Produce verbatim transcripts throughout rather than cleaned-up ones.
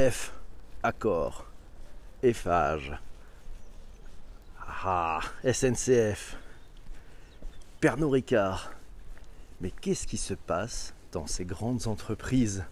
F, Accor, Eiffage, ah, S N C F, Pernod Ricard. Mais qu'est-ce qui se passe dans ces grandes entreprises?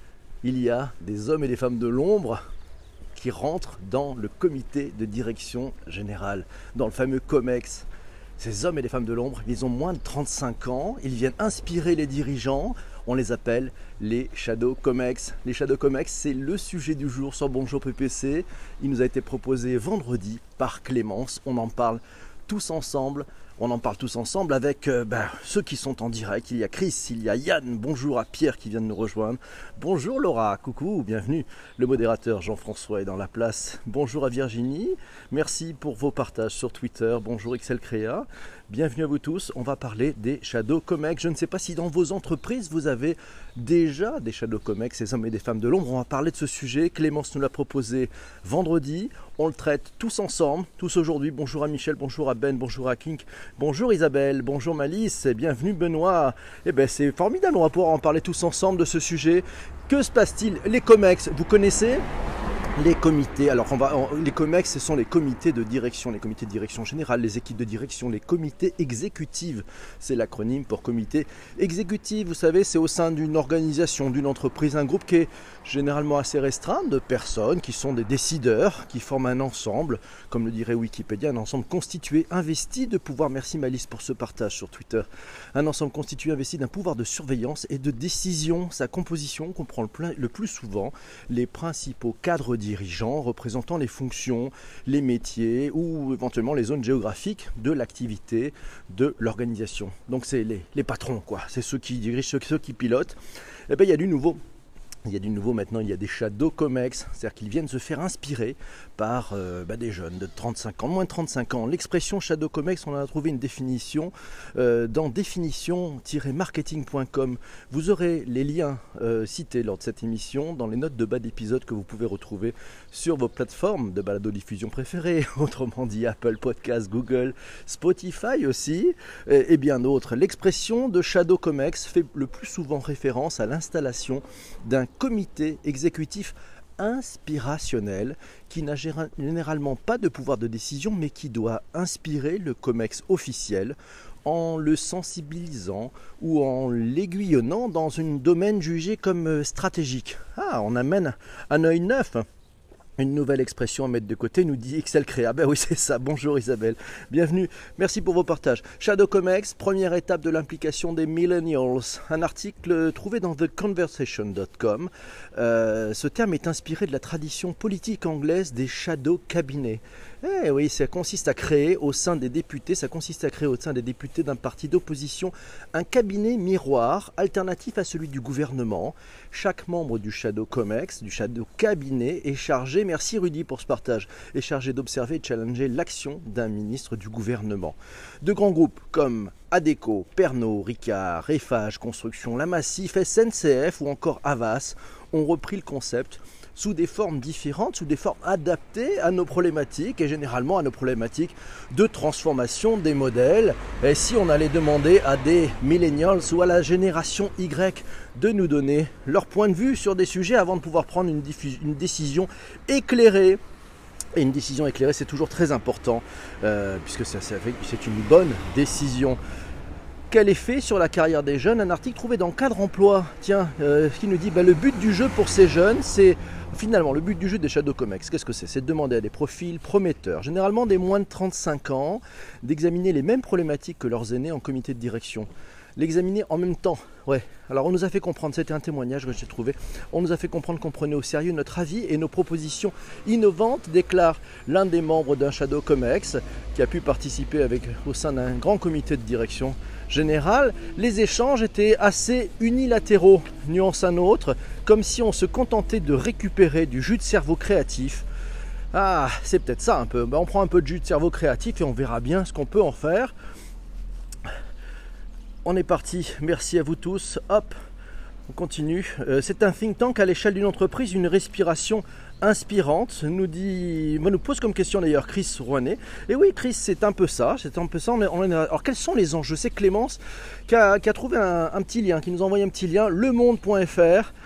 Il y a des hommes et des femmes de l'ombre qui rentrent dans le comité de direction générale, dans le fameux COMEX. Ces hommes et les femmes de l'ombre, ils ont moins de trente-cinq ans, ils viennent inspirer les dirigeants, on les appelle les Shadow COMEX. Les Shadow COMEX, c'est le sujet du jour sur Bonjour P P C. Il nous a été proposé vendredi par Clémence, on en parle tous ensemble. On en parle tous ensemble avec euh, ben, ceux qui sont en direct. Il y a Chris, il y a Yann, bonjour à Pierre qui vient de nous rejoindre. Bonjour Laura, coucou, bienvenue. Le modérateur Jean-François est dans la place. Bonjour à Virginie, merci pour vos partages sur Twitter. Bonjour X L Créa, bienvenue à vous tous. On va parler des Shadow COMEX. Je ne sais pas si dans vos entreprises vous avez déjà des Shadow COMEX, ces hommes et des femmes de l'ombre. On va parler de ce sujet. Clémence nous l'a proposé vendredi. On le traite tous ensemble, tous aujourd'hui. Bonjour à Michel, bonjour à Ben, bonjour à Kink. Bonjour Isabelle, bonjour Malice, et bienvenue Benoît. Eh bien c'est formidable, on va pouvoir en parler tous ensemble de ce sujet. Que se passe-t-il? Les COMEX, vous connaissez? Les comités, alors on va, on, les COMEX, ce sont les comités de direction, les comités de direction générale, les équipes de direction, les comités exécutifs. C'est l'acronyme pour comité exécutif. Vous savez, c'est au sein d'une organisation, d'une entreprise, un groupe qui est généralement assez restreint de personnes qui sont des décideurs, qui forment un ensemble, comme le dirait Wikipédia, un ensemble constitué, investi de pouvoir, merci Malice pour ce partage sur Twitter, un ensemble constitué, investi d'un pouvoir de surveillance et de décision. Sa composition comprend le, plein, le plus souvent les principaux cadres dirigeants représentant les fonctions, les métiers ou éventuellement les zones géographiques de l'activité de l'organisation. Donc c'est les, les patrons, quoi. C'est ceux qui dirigent, ceux, ceux qui pilotent. Et bien il y a du nouveau. Il y a du nouveau maintenant, il y a des Shadow COMEX, c'est-à-dire qu'ils viennent se faire inspirer par euh, bah, des jeunes de trente-cinq ans, moins de trente-cinq ans. L'expression Shadow COMEX, on a trouvé une définition euh, dans définition tiret marketing point com. Vous aurez les liens euh, cités lors de cette émission dans les notes de bas d'épisode que vous pouvez retrouver sur vos plateformes de balado-diffusion préférées, autrement dit Apple Podcast, Google, Spotify aussi, et, et bien d'autres. L'expression de Shadow COMEX fait le plus souvent référence à l'installation d'un comité exécutif inspirationnel qui n'a généralement pas de pouvoir de décision mais qui doit inspirer le COMEX officiel en le sensibilisant ou en l'aiguillonnant dans un domaine jugé comme stratégique. Ah, on amène un œil neuf. Une nouvelle expression à mettre de côté, nous dit X L Créa. Ben oui, c'est ça. Bonjour Isabelle. Bienvenue. Merci pour vos partages. Shadow COMEX, première étape de l'implication des millennials. Un article trouvé dans the conversation dot com. Euh, ce terme est inspiré de la tradition politique anglaise des shadow cabinets. Eh oui, ça consiste à créer au sein des députés, ça consiste à créer au sein des députés d'un parti d'opposition un cabinet miroir alternatif à celui du gouvernement. Chaque membre du Shadow COMEX, du Shadow cabinet, est chargé, merci Rudy pour ce partage, est chargé d'observer et de challenger l'action d'un ministre du gouvernement. De grands groupes comme Adecco, Pernod, Ricard, Eiffage, Construction, La Massif, S N C F ou encore Havas ont repris le concept sous des formes différentes, sous des formes adaptées à nos problématiques et généralement à nos problématiques de transformation des modèles. Et si on allait demander à des millennials ou à la génération Y de nous donner leur point de vue sur des sujets avant de pouvoir prendre une, une décision éclairée. Et une décision éclairée, c'est toujours très important euh, puisque ça, ça fait, c'est une bonne décision. Quel effet sur la carrière des jeunes? Un article trouvé dans Cadre Emploi, tiens, euh, qui nous dit bah, le but du jeu pour ces jeunes, c'est finalement le but du jeu des Shadow COMEX. Qu'est-ce que c'est? C'est de demander à des profils prometteurs, généralement des moins de trente-cinq ans, d'examiner les mêmes problématiques que leurs aînés en comité de direction. L'examiner en même temps. Ouais. Alors on nous a fait comprendre, c'était un témoignage que j'ai trouvé, on nous a fait comprendre qu'on prenait au sérieux notre avis et nos propositions innovantes, déclare l'un des membres d'un Shadow COMEX qui a pu participer avec, au sein d'un grand comité de direction générale. Les échanges étaient assez unilatéraux, nuance un autre, comme si on se contentait de récupérer du jus de cerveau créatif. Ah, c'est peut-être ça un peu. Ben, on prend un peu de jus de cerveau créatif et on verra bien ce qu'on peut en faire. On est parti, merci à vous tous, hop, on continue. Euh, c'est un think tank à l'échelle d'une entreprise, une respiration inspirante, nous dit, nous pose comme question d'ailleurs Chris Rouanet. Et oui Chris, c'est un peu ça, c'est un peu ça. On est, on est, alors quels sont les enjeux? C'est Clémence qui a, qui a trouvé un, un petit lien, qui nous a envoyé un petit lien, le monde point f r.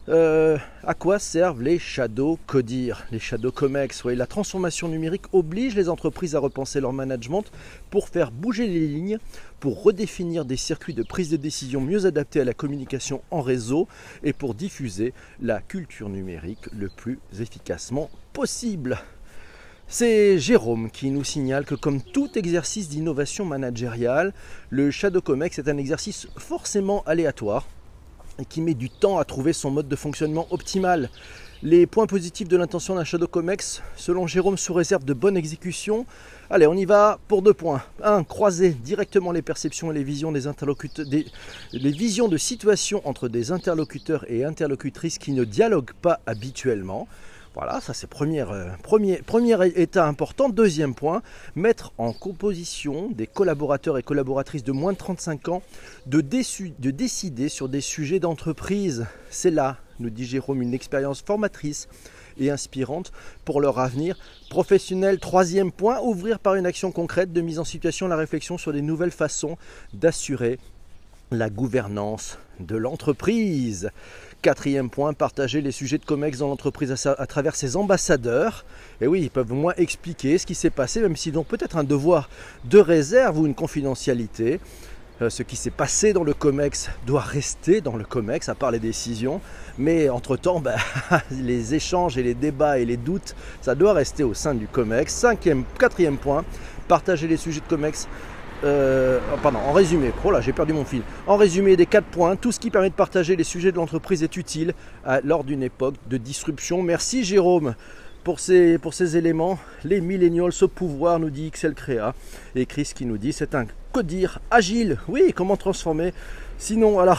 Euh, à quoi servent les shadow codir, les shadow comex? Ouais, la transformation numérique oblige les entreprises à repenser leur management pour faire bouger les lignes, pour redéfinir des circuits de prise de décision mieux adaptés à la communication en réseau et pour diffuser la culture numérique le plus efficacement possible. C'est Jérôme qui nous signale que comme tout exercice d'innovation managériale, le shadow comex est un exercice forcément aléatoire et qui met du temps à trouver son mode de fonctionnement optimal. Les points positifs de l'intention d'un shadow comex, selon Jérôme, sous réserve de bonne exécution. Allez, on y va pour deux points. un. Croiser directement les perceptions et les visions des interlocuteurs, des, les visions de situation entre des interlocuteurs et interlocutrices qui ne dialoguent pas habituellement. Voilà, ça c'est premier, euh, premier, premier état important. Deuxième point, mettre en composition des collaborateurs et collaboratrices de moins de trente-cinq ans de, déçu, de décider sur des sujets d'entreprise. C'est là, nous dit Jérôme, une expérience formatrice et inspirante pour leur avenir professionnel. Troisième point, ouvrir par une action concrète de mise en situation la réflexion sur des nouvelles façons d'assurer la gouvernance de l'entreprise. Quatrième point, partager les sujets de comex dans l'entreprise à, à travers ses ambassadeurs. Et oui, ils peuvent au moins expliquer ce qui s'est passé, même s'ils ont peut-être un devoir de réserve ou une confidentialité. Euh, ce qui s'est passé dans le comex doit rester dans le comex, à part les décisions. Mais entre-temps, bah, les échanges et les débats et les doutes, ça doit rester au sein du comex. Cinquième, quatrième point, partager les sujets de comex. Euh, pardon, en résumé, oh là, j'ai perdu mon fil. En résumé des quatre points, tout ce qui permet de partager les sujets de l'entreprise est utile à, lors d'une époque de disruption. Merci Jérôme pour ces, pour ces éléments. Les millennials au pouvoir, nous dit X L Créa. Et Chris qui nous dit c'est un codir agile. Oui, comment transformer? Sinon, alors,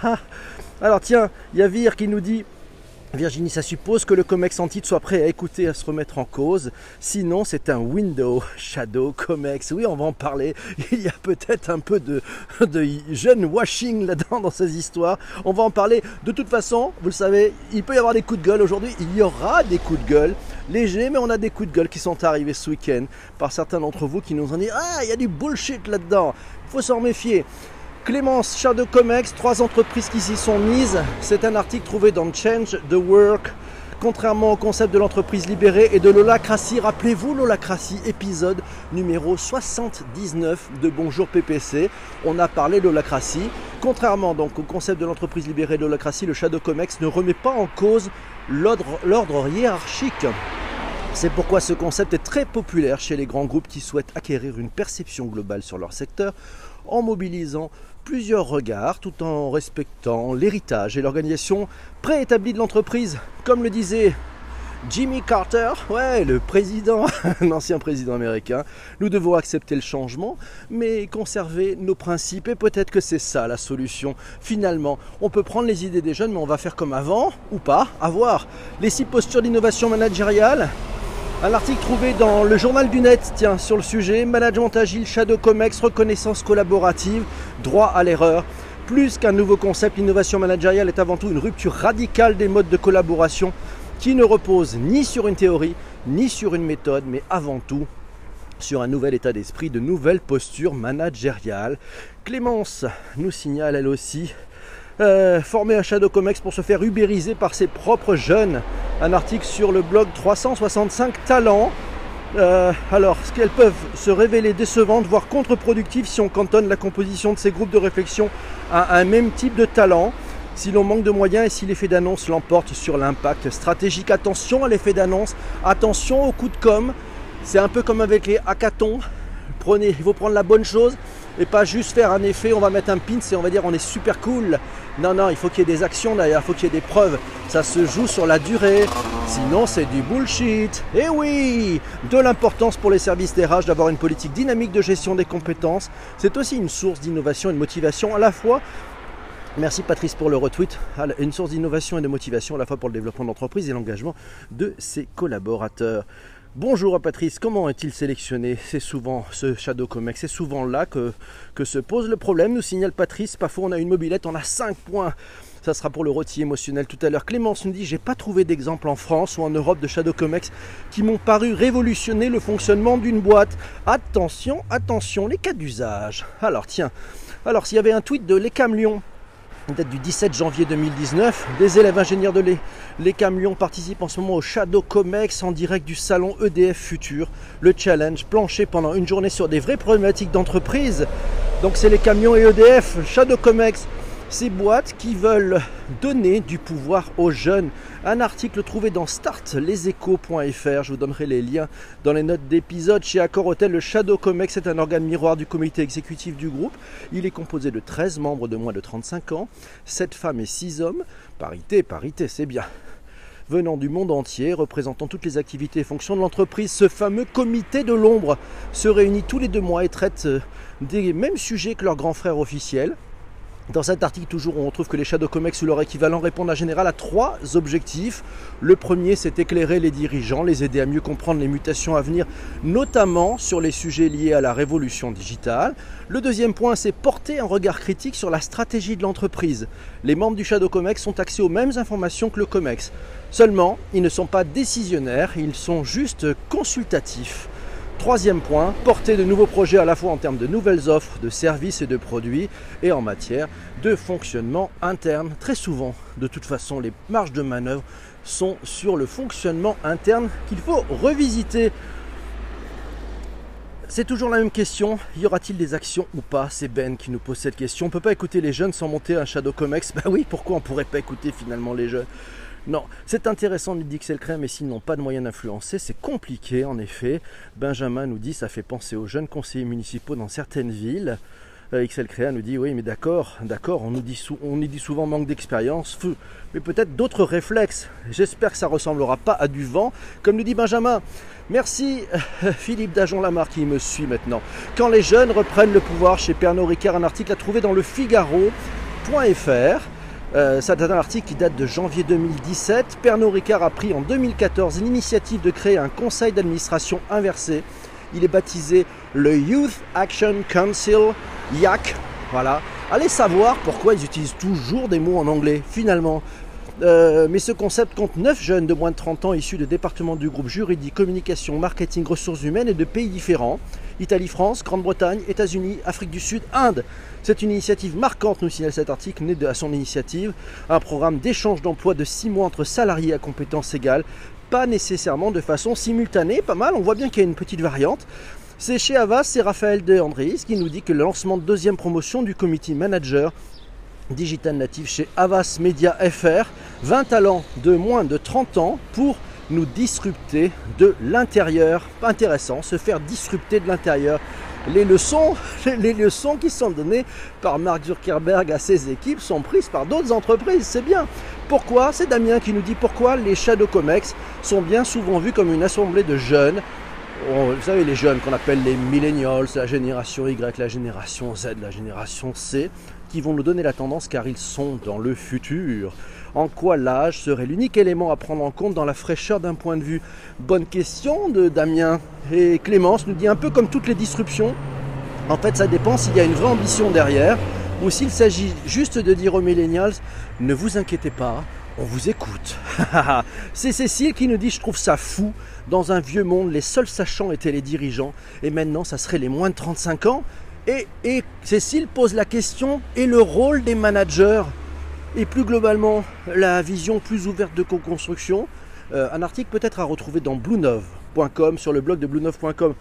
alors tiens, il y a Vir qui nous dit Virginie, ça suppose que le comex en titre soit prêt à écouter, à se remettre en cause. Sinon, c'est un window shadow comex. Oui, on va en parler. Il y a peut-être un peu de, de jeune washing là-dedans dans ces histoires. On va en parler. De toute façon, vous le savez, il peut y avoir des coups de gueule aujourd'hui. Il y aura des coups de gueule légers, mais on a des coups de gueule qui sont arrivés ce week-end par certains d'entre vous qui nous ont dit « Ah, il y a du bullshit là-dedans. Il faut s'en méfier. » Clémence, shadow comex, trois entreprises qui s'y sont mises. C'est un article trouvé dans Change the Work. Contrairement au concept de l'entreprise libérée et de l'holacratie, rappelez-vous l'holacratie, épisode numéro soixante-dix-neuf de Bonjour P P C. On a parlé de l'holacratie. Contrairement donc au concept de l'entreprise libérée et de l'holacratie, le shadow comex ne remet pas en cause l'ordre hiérarchique. C'est pourquoi ce concept est très populaire chez les grands groupes qui souhaitent acquérir une perception globale sur leur secteur en mobilisant plusieurs regards tout en respectant l'héritage et l'organisation préétablie de l'entreprise. Comme le disait Jimmy Carter, ouais, le président, l'ancien président américain, nous devons accepter le changement, mais conserver nos principes. Et peut-être que c'est ça la solution. Finalement, on peut prendre les idées des jeunes, mais on va faire comme avant, ou pas, à voir. Les six postures d'innovation managériale. Un article trouvé dans le journal du net, tiens, sur le sujet, management agile, shadow comex, reconnaissance collaborative, droit à l'erreur. Plus qu'un nouveau concept, l'innovation managériale est avant tout une rupture radicale des modes de collaboration qui ne repose ni sur une théorie, ni sur une méthode, mais avant tout sur un nouvel état d'esprit, de nouvelles postures managériales. Clémence nous signale elle aussi Euh, former un shadow comex pour se faire ubériser par ses propres jeunes. Un article sur le blog trois cent soixante-cinq talents. Euh, alors, ce qu'elles peuvent se révéler décevantes, voire contre-productives si on cantonne la composition de ces groupes de réflexion à un même type de talent, si l'on manque de moyens et si l'effet d'annonce l'emporte sur l'impact stratégique. Attention à l'effet d'annonce, attention au coup de com'. C'est un peu comme avec les hackathons. Prenez, il faut prendre la bonne chose et pas juste faire un effet, on va mettre un pins et on va dire on est super cool. Non, non, il faut qu'il y ait des actions derrière, il faut qu'il y ait des preuves. Ça se joue sur la durée, sinon c'est du bullshit. Et oui, de l'importance pour les services des R H d'avoir une politique dynamique de gestion des compétences. C'est aussi une source d'innovation et de motivation à la fois. Merci Patrice pour le retweet. Une source d'innovation et de motivation à la fois pour le développement de l'entreprise et l'engagement de ses collaborateurs. Bonjour à Patrice, comment est-il sélectionné? C'est souvent ce shadow comex, c'est souvent là que, que se pose le problème, nous signale Patrice. Parfois on a une mobilette, on a cinq points. Ça sera pour le rôti émotionnel tout à l'heure. Clémence nous dit, j'ai pas trouvé d'exemple en France ou en Europe de shadow comex qui m'ont paru révolutionner le fonctionnement d'une boîte. Attention, attention, les cas d'usage. Alors tiens, alors s'il y avait un tweet de l'Ecam Lyon, date du dix-sept janvier deux mille dix-neuf. Des élèves ingénieurs de l'E C A M Lyon participent en ce moment au Shadow Comex en direct du salon E D F Futur. Le challenge, plancher pendant une journée sur des vraies problématiques d'entreprise. Donc c'est les camions et E D F, Shadow Comex, ces boîtes qui veulent donner du pouvoir aux jeunes. Un article trouvé dans start les échos point f r, je vous donnerai les liens dans les notes d'épisode. Chez Accor Hotel, le Shadow Comex est un organe miroir du comité exécutif du groupe. Il est composé de treize membres de moins de trente-cinq ans, sept femmes et six hommes. Parité, parité, c'est bien. Venant du monde entier, représentant toutes les activités et fonctions de l'entreprise, ce fameux comité de l'ombre se réunit tous les deux mois et traite des mêmes sujets que leurs grands frères officiels. Dans cet article, toujours, on trouve que les Shadow Comex ou leur équivalent répondent en général à trois objectifs. Le premier, c'est éclairer les dirigeants, les aider à mieux comprendre les mutations à venir, notamment sur les sujets liés à la révolution digitale. Le deuxième point, c'est porter un regard critique sur la stratégie de l'entreprise. Les membres du Shadow Comex ont accès aux mêmes informations que le Comex. Seulement, ils ne sont pas décisionnaires, ils sont juste consultatifs. Troisième point, porter de nouveaux projets à la fois en termes de nouvelles offres, de services et de produits et en matière de fonctionnement interne. Très souvent, de toute façon, les marges de manœuvre sont sur le fonctionnement interne qu'il faut revisiter. C'est toujours la même question, y aura-t-il des actions ou pas? C'est Ben qui nous pose cette question. On ne peut pas écouter les jeunes sans monter un Shadow Comex. Ben oui, pourquoi on ne pourrait pas écouter finalement les jeunes? Non, c'est intéressant, nous dit Excel Crème, mais s'ils n'ont pas de moyens d'influencer, c'est compliqué en effet. Benjamin nous dit, ça fait penser aux jeunes conseillers municipaux dans certaines villes. Euh, X L Créa nous dit, oui mais d'accord, d'accord, on nous dit, sou on nous dit souvent manque d'expérience, mais peut-être d'autres réflexes. J'espère que ça ne ressemblera pas à du vent, comme nous dit Benjamin. Merci euh, Philippe Dajon-Lamarre qui me suit maintenant. Quand les jeunes reprennent le pouvoir chez Pernod Ricard, un article à trouver dans le Figaro point F R. Euh, c'est un article qui date de janvier deux mille dix-sept. Pernod Ricard a pris en deux mille quatorze l'initiative de créer un conseil d'administration inversé. Il est baptisé le Youth Action Council, Y A C. Voilà. Allez savoir pourquoi ils utilisent toujours des mots en anglais, finalement. Euh, mais ce concept compte neuf jeunes de moins de trente ans issus de départements du groupe juridique, communication, marketing, ressources humaines et de pays différents. Italie, France, Grande-Bretagne, États-Unis, Afrique du Sud, Inde. C'est une initiative marquante, nous signale cet article, né de, à son initiative. Un programme d'échange d'emploi de six mois entre salariés à compétences égales, pas nécessairement de façon simultanée. Pas mal, on voit bien qu'il y a une petite variante. C'est chez Havas, c'est Raphaël De Andris qui nous dit que le lancement de deuxième promotion du committee manager Digital Native chez Havas Media F R, vingt talents de moins de trente ans pour nous disrupter de l'intérieur. Intéressant, se faire disrupter de l'intérieur. Les leçons, les leçons qui sont données par Mark Zuckerberg à ses équipes sont prises par d'autres entreprises, c'est bien. Pourquoi? C'est Damien qui nous dit pourquoi les Shadow Comex sont bien souvent vus comme une assemblée de jeunes. Vous savez, les jeunes qu'on appelle les millennials, la génération Y, la génération Z, la génération C, qui vont nous donner la tendance car ils sont dans le futur. En quoi l'âge serait l'unique élément à prendre en compte dans la fraîcheur d'un point de vue? Bonne question de Damien. Et Clémence nous dit un peu comme toutes les disruptions, en fait ça dépend s'il y a une vraie ambition derrière ou s'il s'agit juste de dire aux millennials ne vous inquiétez pas, on vous écoute. C'est Cécile qui nous dit je trouve ça fou. Dans un vieux monde, les seuls sachants étaient les dirigeants et maintenant ça serait les moins de trente-cinq ans. Et, et Cécile pose la question, et le rôle des managers? Et plus globalement, la vision plus ouverte de co-construction. Euh, un article peut-être à retrouver dans blue nove point com, sur le blog de blue nove point com.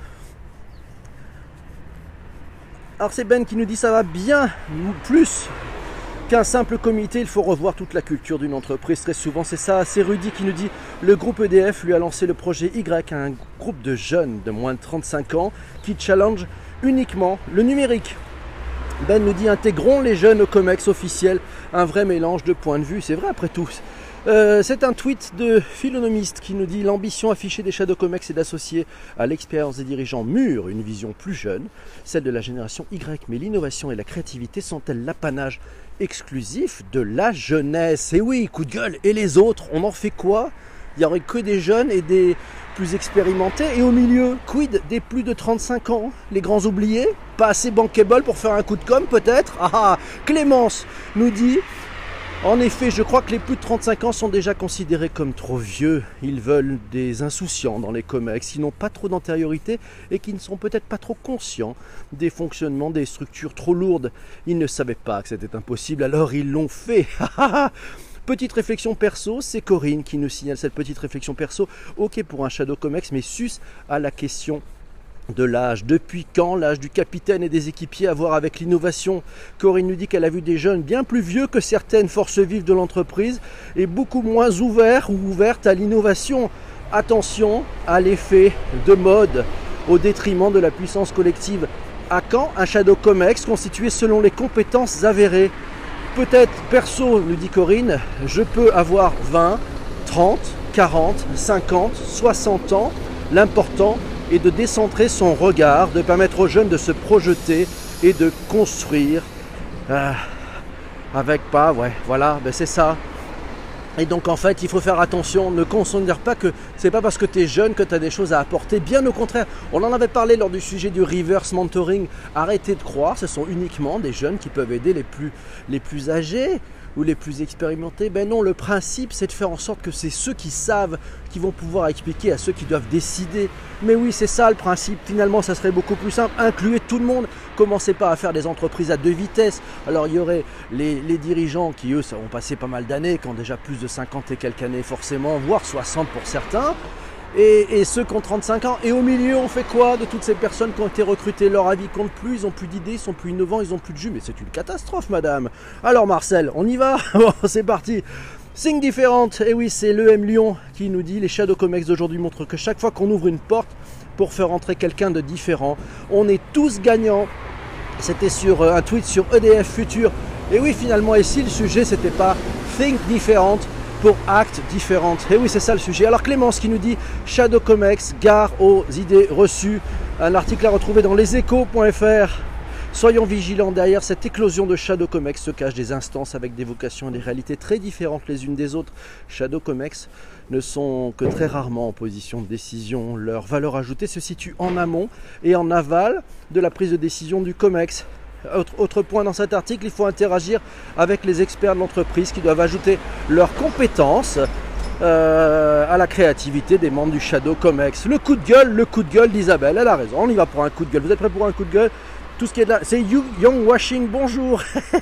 Alors c'est Ben qui nous dit ça va bien plus qu'un simple comité, il faut revoir toute la culture d'une entreprise. Très souvent c'est ça. C'est Rudy qui nous dit le groupe E D F lui a lancé le projet Y, un groupe de jeunes de moins de trente-cinq ans qui challenge uniquement le numérique. Ben nous dit intégrons les jeunes au Comex officiel, un vrai mélange de points de vue, c'est vrai après tout. Euh, c'est un tweet de Philonomiste qui nous dit l'ambition affichée des Shadow Comex est d'associer à l'expérience des dirigeants mûrs une vision plus jeune, celle de la génération Y, mais l'innovation et la créativité sont-elles l'apanage exclusif de la jeunesse? Et oui, coup de gueule, et les autres, on en fait quoi? Il n'y aurait que des jeunes et des plus expérimentés. Et au milieu, quid des plus de trente-cinq ans? Les grands oubliés? Pas assez bankable pour faire un coup de com' peut-être? Ah, Clémence nous dit En effet, je crois que les plus de trente-cinq ans sont déjà considérés comme trop vieux. Ils veulent des insouciants dans les comex, qui n'ont pas trop d'antériorité et qui ne sont peut-être pas trop conscients des fonctionnements des structures trop lourdes. Ils ne savaient pas que c'était impossible, alors ils l'ont fait. Petite réflexion perso, c'est Corinne qui nous signale cette petite réflexion perso. Ok pour un Shadow Comex, mais sus à la question de l'âge. Depuis quand l'âge du capitaine et des équipiers à voir avec l'innovation? Corinne nous dit qu'elle a vu des jeunes bien plus vieux que certaines forces vives de l'entreprise et beaucoup moins ouverts ou ouvertes à l'innovation. Attention à l'effet de mode au détriment de la puissance collective. À quand un Shadow Comex constitué selon les compétences avérées? Peut-être perso, nous dit Corinne, je peux avoir vingt, trente, quarante, cinquante, soixante ans. L'important et de décentrer son regard, de permettre aux jeunes de se projeter et de construire euh, avec pas, ouais, voilà, ben c'est ça. Et donc en fait, il faut faire attention, ne considère pas que c'est pas parce que tu es jeune que tu as des choses à apporter, bien au contraire. On en avait parlé lors du sujet du reverse mentoring. Arrêtez de croire, ce sont uniquement des jeunes qui peuvent aider les plus, les plus âgés ou les plus expérimentés. Ben non, le principe c'est de faire en sorte que c'est ceux qui savent qui vont pouvoir expliquer à ceux qui doivent décider. Mais oui, c'est ça le principe. Finalement, ça serait beaucoup plus simple. Incluez tout le monde. Commencez pas à faire des entreprises à deux vitesses. Alors il y aurait les, les dirigeants qui eux, ça ont passé pas mal d'années, qui ont déjà plus de cinquante et quelques années forcément, voire soixante pour certains. Et, et ceux qui ont trente-cinq ans. Et au milieu, on fait quoi de toutes ces personnes qui ont été recrutées? Leur avis compte plus, ils n'ont plus d'idées, ils sont plus innovants, ils n'ont plus de jus. Mais c'est une catastrophe, madame. Alors Marcel, on y va? Bon, c'est parti. Think Different. Et oui, c'est l'E M Lyon qui nous dit les Shadow Comex d'aujourd'hui montrent que chaque fois qu'on ouvre une porte pour faire entrer quelqu'un de différent, on est tous gagnants. C'était sur un tweet sur E D F Futur. Et oui, finalement, et si le sujet, c'était pas Think Different pour actes différentes. Et oui, c'est ça le sujet. Alors Clémence qui nous dit Shadow Comex, gare aux idées reçues. Un article à retrouver dans leséchos point F R. Soyons vigilants, derrière cette éclosion de Shadow Comex se cachent des instances avec des vocations et des réalités très différentes les unes des autres. Shadow Comex ne sont que très rarement en position de décision. Leur valeur ajoutée se situe en amont et en aval de la prise de décision du Comex. Autre, autre point dans cet article, il faut interagir avec les experts de l'entreprise qui doivent ajouter leurs compétences euh, à la créativité des membres du Shadow Comex. Le coup de gueule, le coup de gueule d'Isabelle, elle a raison, on y va pour un coup de gueule. Vous êtes prêts pour un coup de gueule? Tout ce qui est là, c'est You Young Washing, bonjour.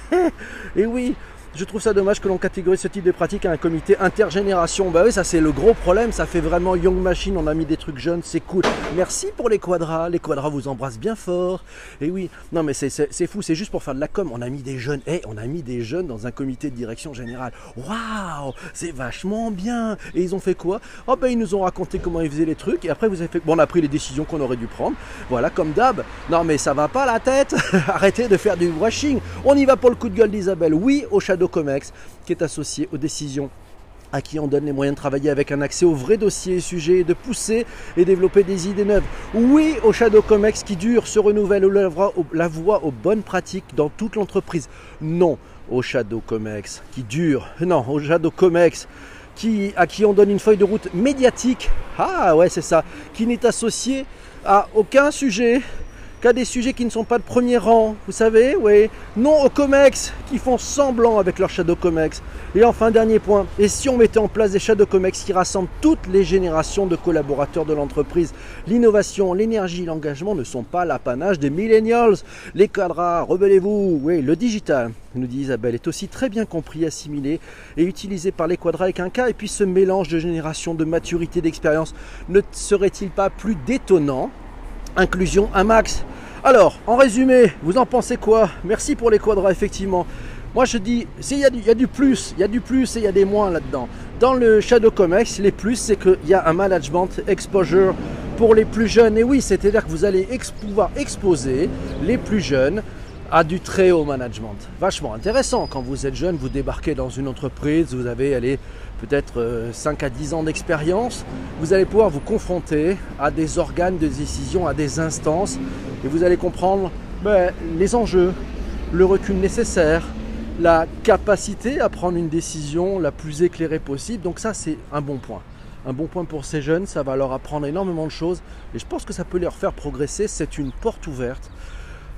Et oui, je trouve ça dommage que l'on catégorise ce type de pratique à un comité intergénération. Bah oui, ça c'est le gros problème, ça fait vraiment Young Machine, on a mis des trucs jeunes, c'est cool. Merci pour les quadras, les quadras vous embrassent bien fort. Et oui, non mais c'est fou, c'est juste pour faire de la com, on a mis des jeunes, hey, on a mis des jeunes dans un comité de direction générale. Waouh, c'est vachement bien. Et ils ont fait quoi? Oh ben ils nous ont raconté comment ils faisaient les trucs et après vous avez fait, bon on a pris les décisions qu'on aurait dû prendre, voilà comme d'hab. Non mais ça va pas la tête, arrêtez de faire du washing. On y va pour le coup de gueule d'Isabelle, oui au Shadow Comex qui est associé aux décisions à qui on donne les moyens de travailler avec un accès aux vrais dossiers et sujets, de pousser et développer des idées neuves. Oui au Shadow Comex qui dure, se renouvelle ou la voie, la voie aux bonnes pratiques dans toute l'entreprise. Non au Shadow Comex qui dure, non au Shadow Comex qui, à qui on donne une feuille de route médiatique, ah ouais c'est ça, qui n'est associé à aucun sujet, qu'à des sujets qui ne sont pas de premier rang, vous savez, oui. Non aux Comex qui font semblant avec leur Shadow Comex. Et enfin, dernier point, et si on mettait en place des Shadow Comex qui rassemblent toutes les générations de collaborateurs de l'entreprise? L'innovation, l'énergie, l'engagement ne sont pas l'apanage des millennials. Les cadras, rebellez-vous. Oui, le digital, nous dit Isabelle, est aussi très bien compris, assimilé et utilisé par les quadras avec un cas. Et puis ce mélange de génération, de maturité, d'expérience, ne serait-il pas plus détonnant? Inclusion un max. Alors, en résumé, vous en pensez quoi? Merci pour les quadras, effectivement. Moi, je dis, il y, y a du plus, il y a du plus et il y a des moins là-dedans. Dans le Shadow Comex, les plus, c'est qu'il y a un management exposure pour les plus jeunes. Et oui, c'est-à-dire que vous allez ex pouvoir exposer les plus jeunes à du très haut management. Vachement intéressant. Quand vous êtes jeune, vous débarquez dans une entreprise, vous avez allez, peut-être cinq à dix ans d'expérience, vous allez pouvoir vous confronter à des organes de décision, à des instances, et vous allez comprendre ben, les enjeux, le recul nécessaire, la capacité à prendre une décision la plus éclairée possible. Donc ça, c'est un bon point. Un bon point pour ces jeunes, ça va leur apprendre énormément de choses, et je pense que ça peut leur faire progresser. C'est une porte ouverte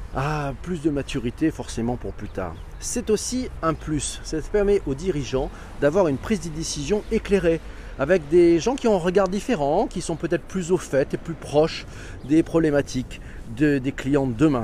à plus de maturité forcément pour plus tard. C'est aussi un plus, ça permet aux dirigeants d'avoir une prise de décision éclairée, avec des gens qui ont un regard différent, qui sont peut-être plus au fait et plus proches des problématiques de, des clients de demain.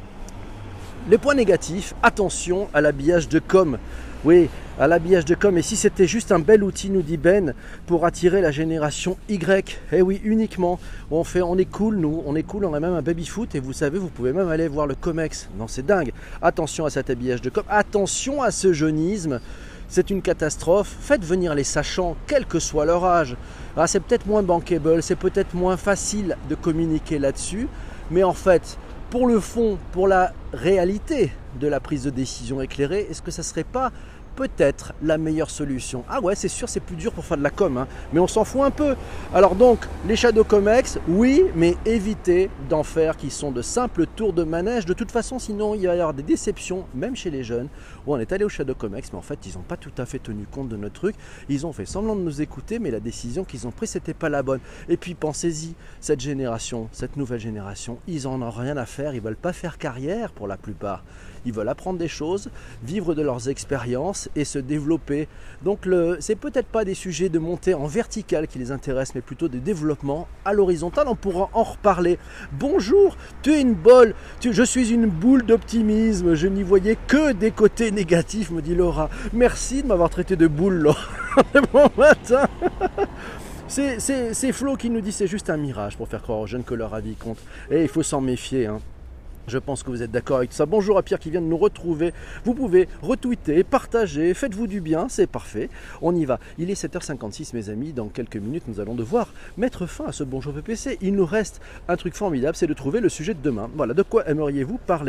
Les points négatifs, attention à l'habillage de com. Oui, à l'habillage de com. Et si c'était juste un bel outil, nous dit Ben, pour attirer la génération Y. Eh oui, uniquement. On, fait, on est cool, nous. On est cool, on a même un baby-foot. Et vous savez, vous pouvez même aller voir le Comex. Non, c'est dingue. Attention à cet habillage de com. Attention à ce jeunisme. C'est une catastrophe. Faites venir les sachants, quel que soit leur âge. Ah, c'est peut-être moins bankable, c'est peut-être moins facile de communiquer là-dessus. Mais en fait, pour le fond, pour la réalité de la prise de décision éclairée, est-ce que ça ne serait pas peut-être la meilleure solution? Ah ouais, c'est sûr, c'est plus dur pour faire de la com, hein, mais on s'en fout un peu. Alors donc, les Shadow Comex, oui, mais évitez d'en faire qui sont de simples tours de manège. De toute façon, sinon, il va y avoir des déceptions, même chez les jeunes, où on est allé au Shadow Comex, mais en fait, ils n'ont pas tout à fait tenu compte de notre truc. Ils ont fait semblant de nous écouter, mais la décision qu'ils ont prise, c'était pas la bonne. Et puis, pensez-y, cette génération, cette nouvelle génération, ils en ont rien à faire, ils veulent pas faire carrière pour la plupart. Ils veulent apprendre des choses, vivre de leurs expériences et se développer. Donc ce n'est peut-être pas des sujets de montée en vertical qui les intéressent, mais plutôt des développements à l'horizontale. On pourra en reparler. Bonjour, tu es une bolle, tu, je suis une boule d'optimisme. Je n'y voyais que des côtés négatifs, me dit Laura. Merci de m'avoir traité de boule, Laura. Bon matin. C'est Flo qui nous dit c'est juste un mirage pour faire croire aux jeunes que leur avis compte. Et il faut s'en méfier, hein. Je pense que vous êtes d'accord avec tout ça. Bonjour à Pierre qui vient de nous retrouver. Vous pouvez retweeter, partager, faites-vous du bien, c'est parfait. On y va. Il est sept heures cinquante-six mes amis. Dans quelques minutes, nous allons devoir mettre fin à ce Bonjour P P C. Il nous reste un truc formidable, c'est de trouver le sujet de demain. Voilà, de quoi aimeriez-vous parler ?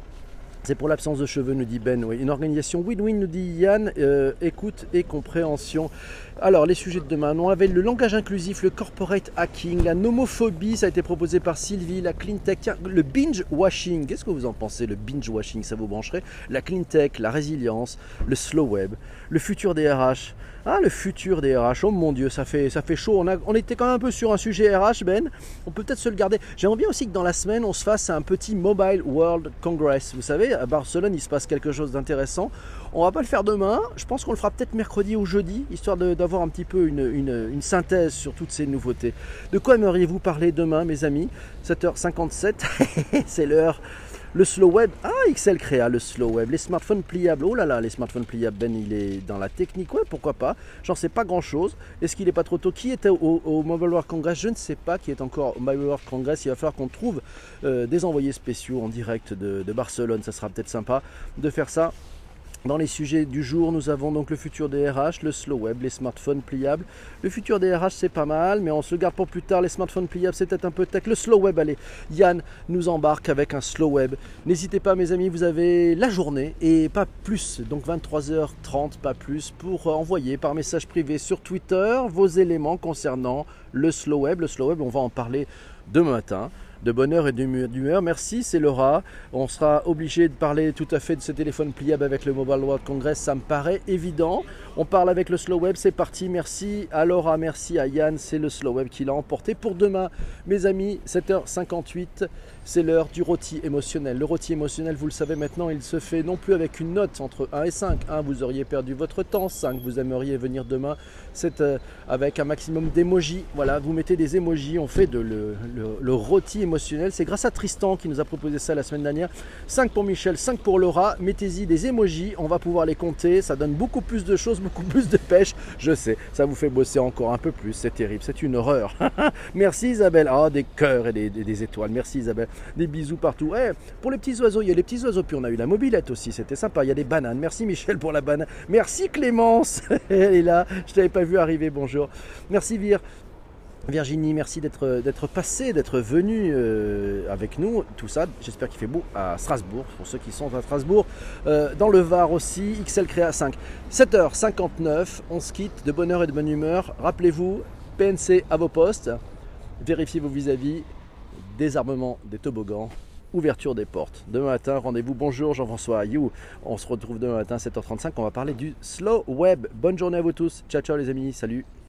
C'est pour l'absence de cheveux, nous dit Ben. Oui. Une organisation win-win, nous dit Yann. Euh, écoute et compréhension. Alors, les sujets de demain. On avait le langage inclusif, le corporate hacking, la nomophobie, ça a été proposé par Sylvie, la clean tech. Tiens, le binge-washing. Qu'est-ce que vous en pensez, le binge-washing? Ça vous brancherait? La clean tech, la résilience, le slow web, le futur des R H. Ah, le futur des R H. Oh mon Dieu, ça fait, ça fait chaud. On, a, on était quand même un peu sur un sujet R H, Ben. On peut peut-être se le garder. J'aimerais bien aussi que dans la semaine, on se fasse un petit Mobile World Congress. Vous savez, à Barcelone, il se passe quelque chose d'intéressant. On va pas le faire demain. Je pense qu'on le fera peut-être mercredi ou jeudi, histoire d'avoir un petit peu une, une, une synthèse sur toutes ces nouveautés. De quoi aimeriez-vous parler demain, mes amis? sept heures cinquante-sept, c'est l'heure. Le slow web, ah X L Créa, le slow web, les smartphones pliables, oh là là, les smartphones pliables, Ben il est dans la technique, ouais pourquoi pas, j'en sais pas grand chose, est-ce qu'il est pas trop tôt? Qui est au, au Mobile World Congress? Je ne sais pas qui est encore au Mobile World Congress, il va falloir qu'on trouve euh, des envoyés spéciaux en direct de, de Barcelone, ça sera peut-être sympa de faire ça. Dans les sujets du jour, nous avons donc le futur des R H, le slow web, les smartphones pliables. Le futur des R H, c'est pas mal, mais on se le garde pour plus tard. Les smartphones pliables, c'est peut-être un peu tech. Le slow web, allez, Yann nous embarque avec un slow web. N'hésitez pas, mes amis, vous avez la journée et pas plus, donc vingt-trois heures trente, pas plus, pour envoyer par message privé sur Twitter vos éléments concernant le slow web. Le slow web, on va en parler demain matin. De bonne heure et d'humeur. Merci, c'est Laura. On sera obligé de parler tout à fait de ce téléphone pliable avec le Mobile World Congress, ça me paraît évident. On parle avec le slow web, c'est parti. Merci à Laura, merci à Yann, c'est le slow web qui l'a emporté pour demain. Mes amis, sept heures cinquante-huit, c'est l'heure du rôti émotionnel. Le rôti émotionnel, vous le savez maintenant, il se fait non plus avec une note entre un et cinq. un, vous auriez perdu votre temps. cinq, vous aimeriez venir demain. C'est euh, avec un maximum d'émojis. Voilà, vous mettez des émojis, on fait de le, le, le rôti émotionnel. C'est grâce à Tristan qui nous a proposé ça la semaine dernière. cinq pour Michel, cinq pour Laura. Mettez-y des émojis, on va pouvoir les compter. Ça donne beaucoup plus de choses, beaucoup plus de pêche. Je sais, ça vous fait bosser encore un peu plus. C'est terrible, c'est une horreur. Merci Isabelle. Ah, des cœurs et des, des, des étoiles. Merci Isabelle. Des bisous partout. Eh, pour les petits oiseaux, il y a les petits oiseaux. Puis on a eu la mobilette aussi, c'était sympa. Il y a des bananes. Merci Michel pour la banane. Merci Clémence. Elle est là. Je t'avais pas vu arriver. Bonjour. Merci Vir. Virginie, merci d'être d'être passée, d'être venue euh, avec nous, tout ça. J'espère qu'il fait beau à Strasbourg, pour ceux qui sont à Strasbourg. Euh, dans le Var aussi, X L Créa cinq. sept heures cinquante-neuf, on se quitte de bonne heure et de bonne humeur. Rappelez-vous, P N C à vos postes, vérifiez vos vis-à-vis, désarmement des toboggans, ouverture des portes. Demain matin, rendez-vous. Bonjour Jean-François You. On se retrouve demain matin, sept heures trente-cinq. On va parler du slow web. Bonne journée à vous tous. Ciao, ciao les amis. Salut.